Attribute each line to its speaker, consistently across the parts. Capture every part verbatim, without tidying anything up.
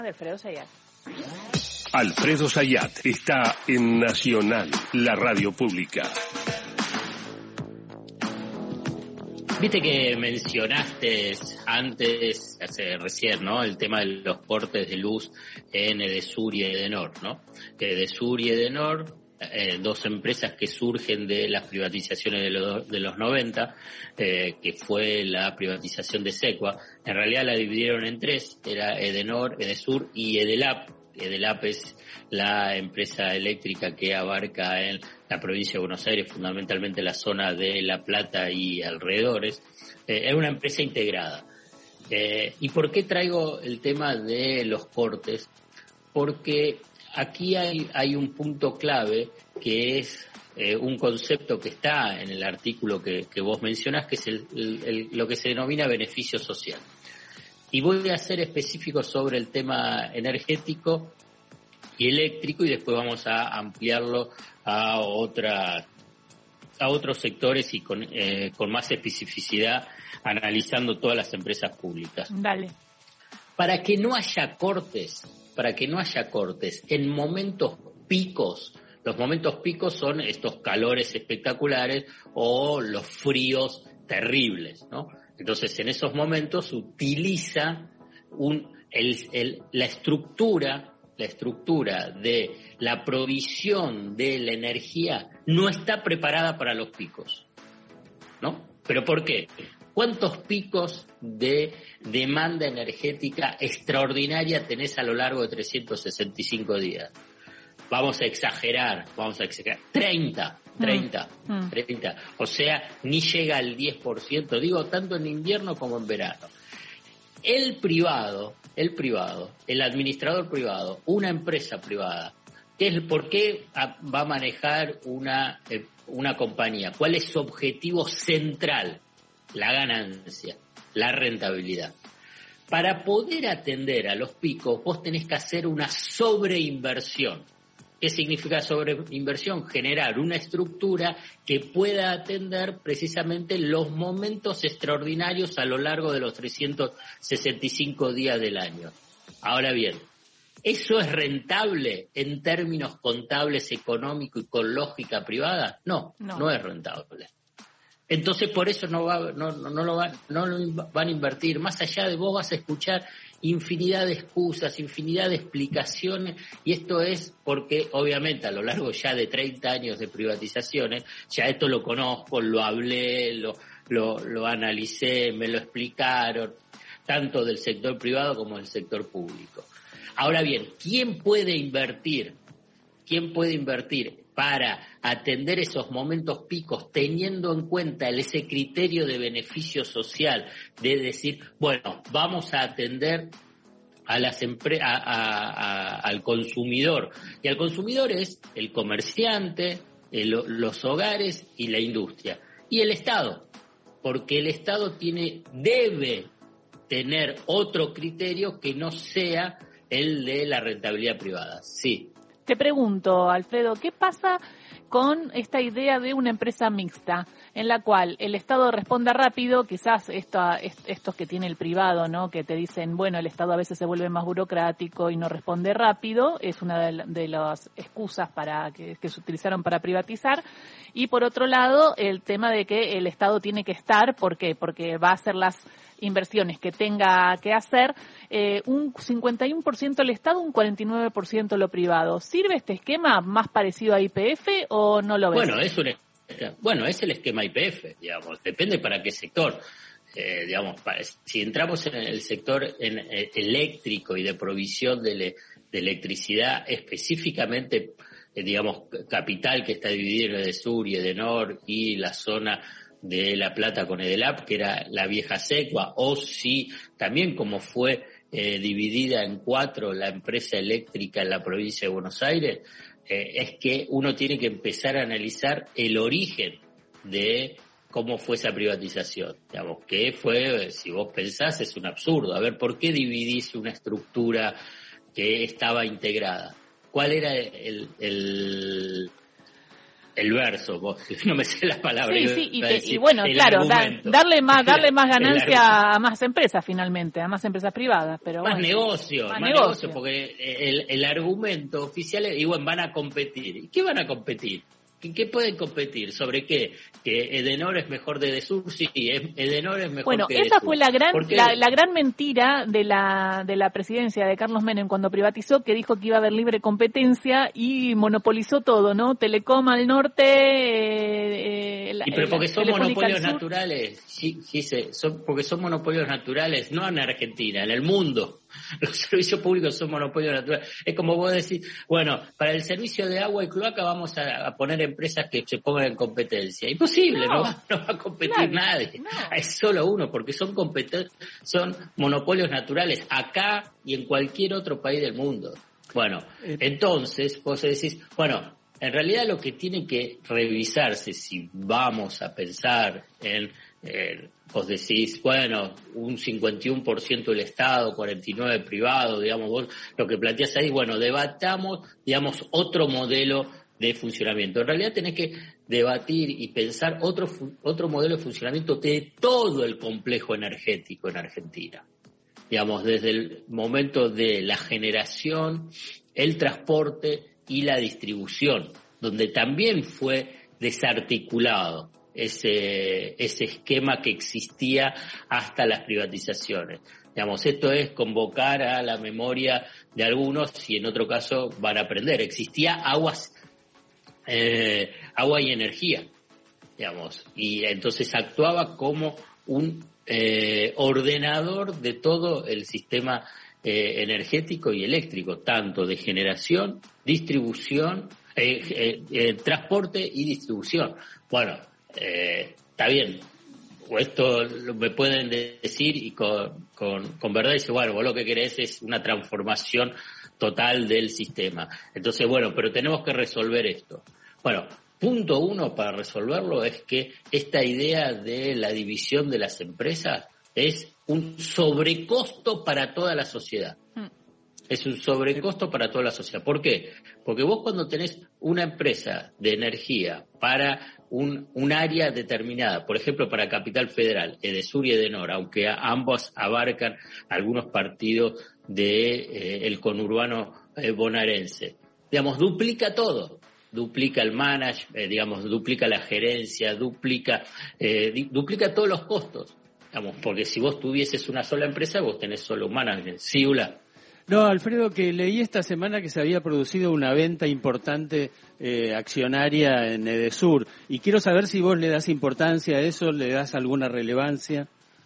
Speaker 1: Alfredo Zayat.
Speaker 2: Alfredo Zayat está en Nacional, la radio pública.
Speaker 3: Viste que mencionaste antes, hace recién, ¿no? El tema de los cortes de luz en Edesur y Edenor, ¿no? Que Edesur y Edenor, eh, dos empresas que surgen de las privatizaciones de, lo, de los noventa, eh, que fue la privatización de Secua, en realidad la dividieron en tres, era Edenor, Edesur y Edelap. Edelap es la empresa eléctrica que abarca en la provincia de Buenos Aires, fundamentalmente la zona de La Plata y alrededores. Eh, es una empresa integrada. Eh, ¿Y por qué traigo el tema de los cortes? Porque aquí hay, hay un punto clave que es eh, un concepto que está en el artículo que, que vos mencionás, que es el, el, el, lo que se denomina beneficio social. Y voy a ser específico sobre el tema energético y eléctrico y después vamos a ampliarlo a otra, a otros sectores y con, eh, con más especificidad, analizando todas las empresas públicas.
Speaker 1: Dale.
Speaker 3: Para que no haya cortes, para que no haya cortes en momentos picos, los momentos picos son estos calores espectaculares o los fríos terribles, ¿no? Entonces, en esos momentos utiliza un, el, el, la estructura, la estructura de la provisión de la energía no está preparada para los picos, ¿no? ¿Pero por qué? ¿Cuántos picos de demanda energética extraordinaria tenés a lo largo de trescientos sesenta y cinco días? Vamos a exagerar, vamos a exagerar, treinta. treinta, mm. treinta, o sea, ni llega al diez por ciento, digo, tanto en invierno como en verano. El privado, el privado, el administrador privado, una empresa privada, ¿qué es, ¿por qué va a manejar una, eh, una compañía? ¿Cuál es su objetivo central? La ganancia, la rentabilidad. Para poder atender a los picos, vos tenés que hacer una sobreinversión. ¿Qué significa sobreinversión? Generar una estructura que pueda atender precisamente los momentos extraordinarios a lo largo de los trescientos sesenta y cinco días del año. Ahora bien, ¿eso es rentable en términos contables, económicos y con lógica privada? No, no, no es rentable. Entonces por eso no va, no, no, no lo van, no lo van a invertir. Más allá de vos vas a escuchar infinidad de excusas, infinidad de explicaciones, y esto es porque obviamente a lo largo ya de treinta años de privatizaciones, ya esto lo conozco, lo hablé, lo, lo, lo analicé, me lo explicaron, tanto del sector privado como del sector público. Ahora bien, ¿quién puede invertir? ¿Quién puede invertir para atender esos momentos picos teniendo en cuenta ese criterio de beneficio social, de decir, bueno, vamos a atender a las empre- a, a, a, al consumidor? Y al consumidor es el comerciante, el, los hogares y la industria. Y el Estado, porque el Estado tiene, debe tener otro criterio que no sea el de la rentabilidad privada. Sí.
Speaker 1: Te pregunto, Alfredo, ¿qué pasa con esta idea de una empresa mixta, en la cual el Estado responda rápido, quizás esto, estos que tiene el privado, ¿no? Que te dicen, bueno, el Estado a veces se vuelve más burocrático y no responde rápido, es una de, de las excusas para que, que se utilizaron para privatizar, y por otro lado, el tema de que el Estado tiene que estar, ¿por qué? Porque va a hacer las inversiones que tenga que hacer, eh, un cincuenta y uno por ciento el Estado, un cuarenta y nueve por ciento lo privado. ¿Sirve este esquema más parecido a Y P F o no lo ves?
Speaker 3: Bueno, es un, bueno, es el esquema Y P F, digamos, depende para qué sector. Eh, digamos, para, si entramos en el sector en, eh, eléctrico y de provisión de, le, de electricidad, específicamente, eh, digamos, capital, que está dividido en Edesur y Edenor y la zona de La Plata con Edelap, que era la vieja Secua, o si también como fue eh, dividida en cuatro la empresa eléctrica en la provincia de Buenos Aires, eh, es que uno tiene que empezar a analizar el origen de cómo fue esa privatización. Digamos, que fue, si vos pensás, es un absurdo. A ver, ¿por qué dividís una estructura que estaba integrada? ¿Cuál era el, el el verso, vos, no me sé la palabra.
Speaker 1: Sí, sí, y, te, y bueno, claro, da, darle más darle más ganancia a más empresas finalmente, a más empresas privadas, pero
Speaker 3: más
Speaker 1: bueno,
Speaker 3: negocio, más, más negocio. negocio, porque el, el argumento oficial es, y bueno, van a competir. ¿Y qué van a competir? ¿Qué, qué pueden competir? ¿Sobre qué? Que Edenor es mejor de Edesur, sí, Edenor es mejor
Speaker 1: bueno,
Speaker 3: que
Speaker 1: esa
Speaker 3: Edesur.
Speaker 1: fue la gran la, la gran mentira de la de la presidencia de Carlos Menem cuando privatizó, que dijo que iba a haber libre competencia y monopolizó todo, ¿no? Telecom al norte, eh, eh, la,
Speaker 3: y pero porque
Speaker 1: la,
Speaker 3: son monopolios naturales, sí, sí, son, porque son monopolios naturales, no en Argentina, en el mundo. Los servicios públicos son monopolios naturales. Es como vos decís, bueno, para el servicio de agua y cloaca vamos a, a poner empresas que se pongan en competencia. Imposible, no, no, va, no va a competir claro, nadie. No. Es solo uno, porque son competen- son monopolios naturales acá y en cualquier otro país del mundo. Bueno, entonces vos decís, bueno, en realidad lo que tiene que revisarse si vamos a pensar en... Eh, vos decís, bueno, un cincuenta y uno por ciento del Estado, cuarenta y nueve por ciento privado, digamos, vos lo que planteás ahí, bueno, debatamos, digamos, otro modelo de funcionamiento. En realidad tenés que debatir y pensar otro otro modelo de funcionamiento de todo el complejo energético en Argentina. Digamos, desde el momento de la generación, el transporte y la distribución, donde también fue desarticulado ese ese esquema que existía hasta las privatizaciones. Digamos, esto es convocar a la memoria de algunos y en otro caso van a aprender. Existía aguas, eh, agua y energía, digamos, y entonces actuaba como un eh, ordenador de todo el sistema eh, energético y eléctrico, tanto de generación, distribución, eh, eh, eh, transporte y distribución. Bueno, Eh, está bien, o esto me pueden decir y con, con, con verdad dice, bueno, vos lo que querés es una transformación total del sistema. Entonces, bueno, pero tenemos que resolver esto. Bueno, punto uno para resolverlo es que esta idea de la división de las empresas es un sobrecosto para toda la sociedad. Es un sobrecosto para toda la sociedad. ¿Por qué? Porque vos cuando tenés una empresa de energía para un, un área determinada, por ejemplo para Capital Federal, Edesur y Edenor, aunque ambos abarcan algunos partidos del de, eh, conurbano eh, bonaerense, digamos, duplica todo. Duplica el management, eh, digamos, duplica la gerencia, duplica, eh, duplica todos los costos. Digamos, porque si vos tuvieses una sola empresa, vos tenés solo un management. Sí, Ula.
Speaker 4: No, Alfredo, que leí esta semana que se había producido una venta importante eh, accionaria en Edesur y quiero saber si vos le das importancia a eso, le das alguna relevancia.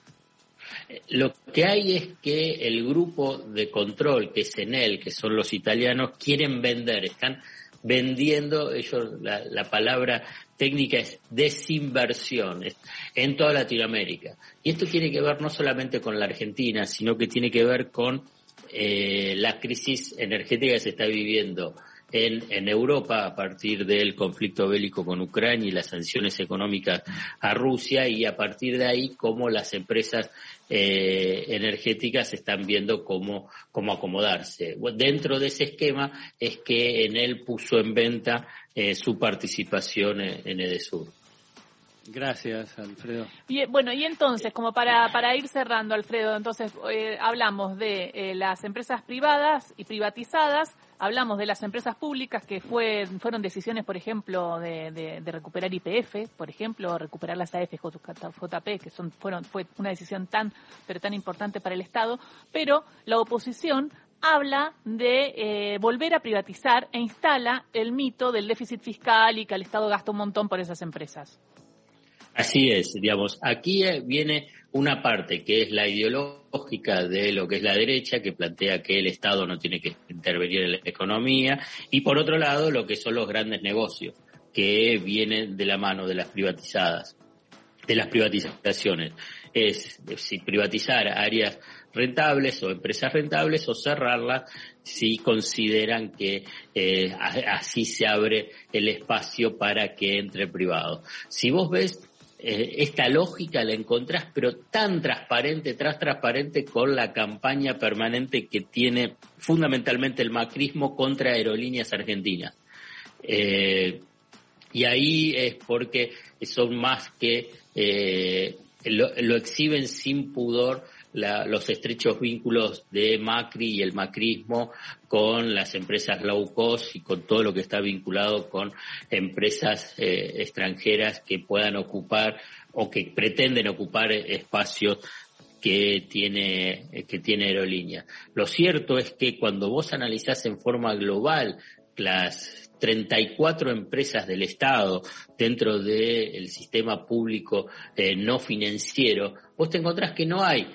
Speaker 3: Lo que hay es que el grupo de control, que es Enel, que son los italianos, quieren vender, están vendiendo, ellos la, la palabra técnica es desinversión en toda Latinoamérica. Y esto tiene que ver no solamente con la Argentina, sino que tiene que ver con Eh, la crisis energética que se está viviendo en, en Europa a partir del conflicto bélico con Ucrania y las sanciones económicas a Rusia, y a partir de ahí cómo las empresas eh, energéticas están viendo cómo, cómo acomodarse. Dentro de ese esquema es que Enel puso en venta eh, su participación en, en Edesur.
Speaker 4: Gracias, Alfredo.
Speaker 1: Y, bueno, y entonces, como para para ir cerrando, Alfredo, entonces eh, hablamos de eh, las empresas privadas y privatizadas, hablamos de las empresas públicas que fue fueron decisiones, por ejemplo, de, de, de recuperar Y P F, por ejemplo, recuperar las A F J P, que son fueron fue una decisión tan pero tan importante para el Estado, pero la oposición habla de eh, volver a privatizar e instala el mito del déficit fiscal y que el Estado gasta un montón por esas empresas.
Speaker 3: Así es, digamos, aquí viene una parte que es la ideológica de lo que es la derecha, que plantea que el Estado no tiene que intervenir en la economía, y por otro lado lo que son los grandes negocios, que vienen de la mano de las privatizadas, de las privatizaciones. Es, si privatizar áreas rentables o empresas rentables o cerrarlas si consideran que eh, así se abre el espacio para que entre privado. Si vos ves, Eh, esta lógica la encontrás, pero tan transparente, tras transparente con la campaña permanente que tiene fundamentalmente el macrismo contra Aerolíneas Argentinas. Eh, Y ahí es porque son más que eh, lo, lo exhiben sin pudor la, los estrechos vínculos de Macri y el macrismo con las empresas low cost y con todo lo que está vinculado con empresas eh, extranjeras que puedan ocupar o que pretenden ocupar espacios que tiene que tiene aerolínea. Lo cierto es que cuando vos analizás en forma global las treinta y cuatro empresas del Estado dentro del sistema público eh, no financiero, vos te encontrás que no hay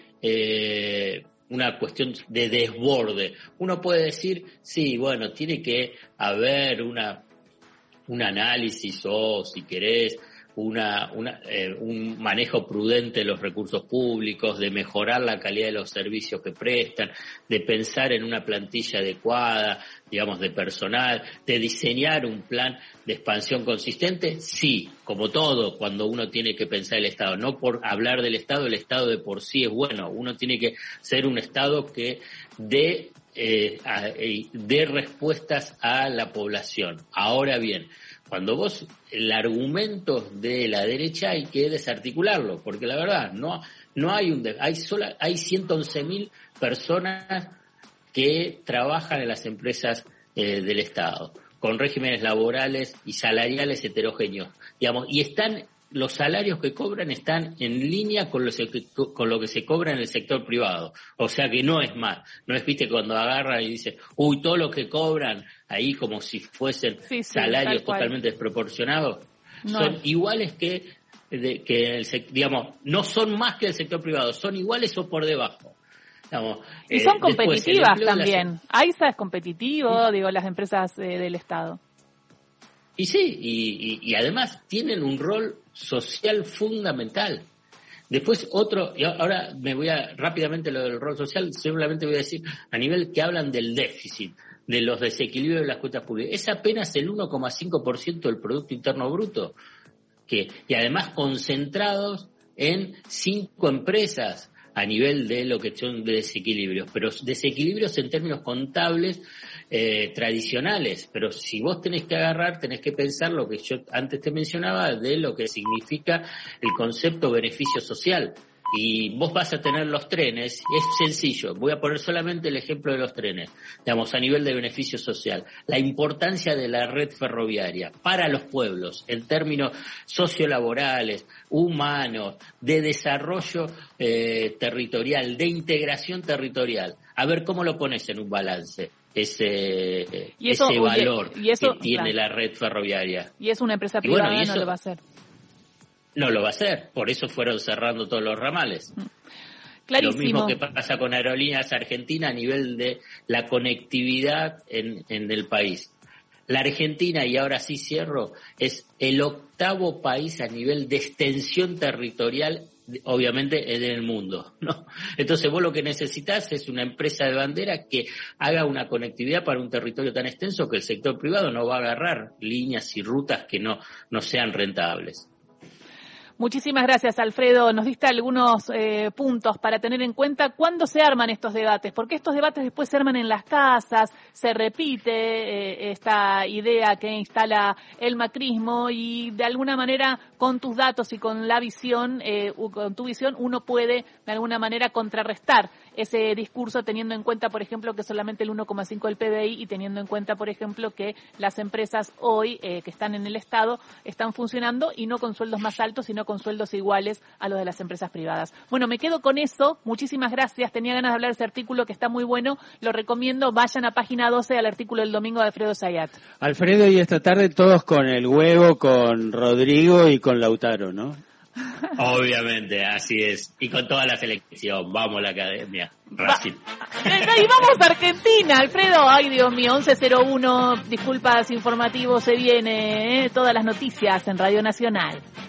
Speaker 3: eh, una cuestión de desborde. Uno puede decir, sí, bueno, tiene que haber una un análisis o, si querés, una, una eh, un manejo prudente de los recursos públicos, de mejorar la calidad de los servicios que prestan, de pensar en una plantilla adecuada, digamos, de personal, de diseñar un plan de expansión consistente. Sí, como todo, cuando uno tiene que pensar el Estado, no por hablar del Estado, el Estado de por sí es bueno, uno tiene que ser un Estado que dé eh, eh, dé respuestas a la población. Ahora bien, cuando vos, el argumento de la derecha hay que desarticularlo, porque la verdad, no no hay un, hay sola, hay ciento once mil personas que trabajan en las empresas eh, del Estado, con regímenes laborales y salariales heterogéneos, digamos, y están, los salarios que cobran están en línea con, los, con lo que se cobra en el sector privado, o sea que no es más, no es, viste, cuando agarran y dicen, uy, todo lo que cobran ahí como si fuesen sí, sí, salarios totalmente desproporcionados, no son es. iguales que, de, que el, digamos, no son más que el sector privado, son iguales o por debajo. Digamos,
Speaker 1: y son
Speaker 3: eh,
Speaker 1: competitivas
Speaker 3: después,
Speaker 1: también.
Speaker 3: las...
Speaker 1: AISA es competitivo, sí. digo, las empresas eh, del Estado.
Speaker 3: Y sí, y, y, y además tienen un rol social fundamental. Después otro, y ahora me voy a rápidamente lo del rol social, simplemente voy a decir a nivel que hablan del déficit, de los desequilibrios de las cuentas públicas. Es apenas el uno coma cinco por ciento del Producto Interno Bruto, que y además concentrados en cinco empresas a nivel de lo que son de desequilibrios, pero desequilibrios en términos contables eh, tradicionales, pero si vos tenés que agarrar, tenés que pensar lo que yo antes te mencionaba de lo que significa el concepto beneficio social. Y vos vas a tener los trenes, es sencillo, voy a poner solamente el ejemplo de los trenes, digamos, a nivel de beneficio social, la importancia de la red ferroviaria para los pueblos, en términos sociolaborales, humanos, de desarrollo eh, territorial, de integración territorial. A ver cómo lo pones en un balance, ese,
Speaker 1: ¿Y eso,
Speaker 3: ese
Speaker 1: oye,
Speaker 3: valor
Speaker 1: y eso,
Speaker 3: que tiene
Speaker 1: claro.
Speaker 3: la red ferroviaria.
Speaker 1: Y es una empresa privada, bueno, eso, no lo va a hacer.
Speaker 3: No lo va a hacer, por eso fueron cerrando todos los ramales.
Speaker 1: Clarísimo.
Speaker 3: Lo mismo que pasa con Aerolíneas Argentina a nivel de la conectividad en, en el país. La Argentina, y ahora sí cierro, es el octavo país a nivel de extensión territorial, obviamente en el mundo, ¿no? Entonces vos lo que necesitas es una empresa de bandera que haga una conectividad para un territorio tan extenso que el sector privado no va a agarrar líneas y rutas que no, no sean rentables.
Speaker 1: Muchísimas gracias, Alfredo. Nos diste algunos eh, puntos para tener en cuenta cuándo se arman estos debates, porque estos debates después se arman en las casas, se repite eh, esta idea que instala el macrismo y de alguna manera con tus datos y con la visión, eh, con tu visión, uno puede de alguna manera contrarrestar ese discurso teniendo en cuenta, por ejemplo, que solamente el uno coma cinco del P B I y teniendo en cuenta, por ejemplo, que las empresas hoy eh, que están en el Estado están funcionando y no con sueldos más altos, sino con sueldos iguales a los de las empresas privadas. Bueno, me quedo con eso. Muchísimas gracias. Tenía ganas de hablar de ese artículo que está muy bueno. Lo recomiendo. Vayan a página doce al artículo del domingo de Alfredo Zayat.
Speaker 4: Alfredo, y esta tarde todos con el huevo, con Rodrigo y con Lautaro, ¿no?
Speaker 3: Obviamente, así es. Y con toda la selección. Vamos a la academia. Racing.
Speaker 1: Va. Y vamos a Argentina, Alfredo. Ay, Dios mío, once cero uno. Disculpas, informativo se viene. ¿eh? Todas las noticias en Radio Nacional.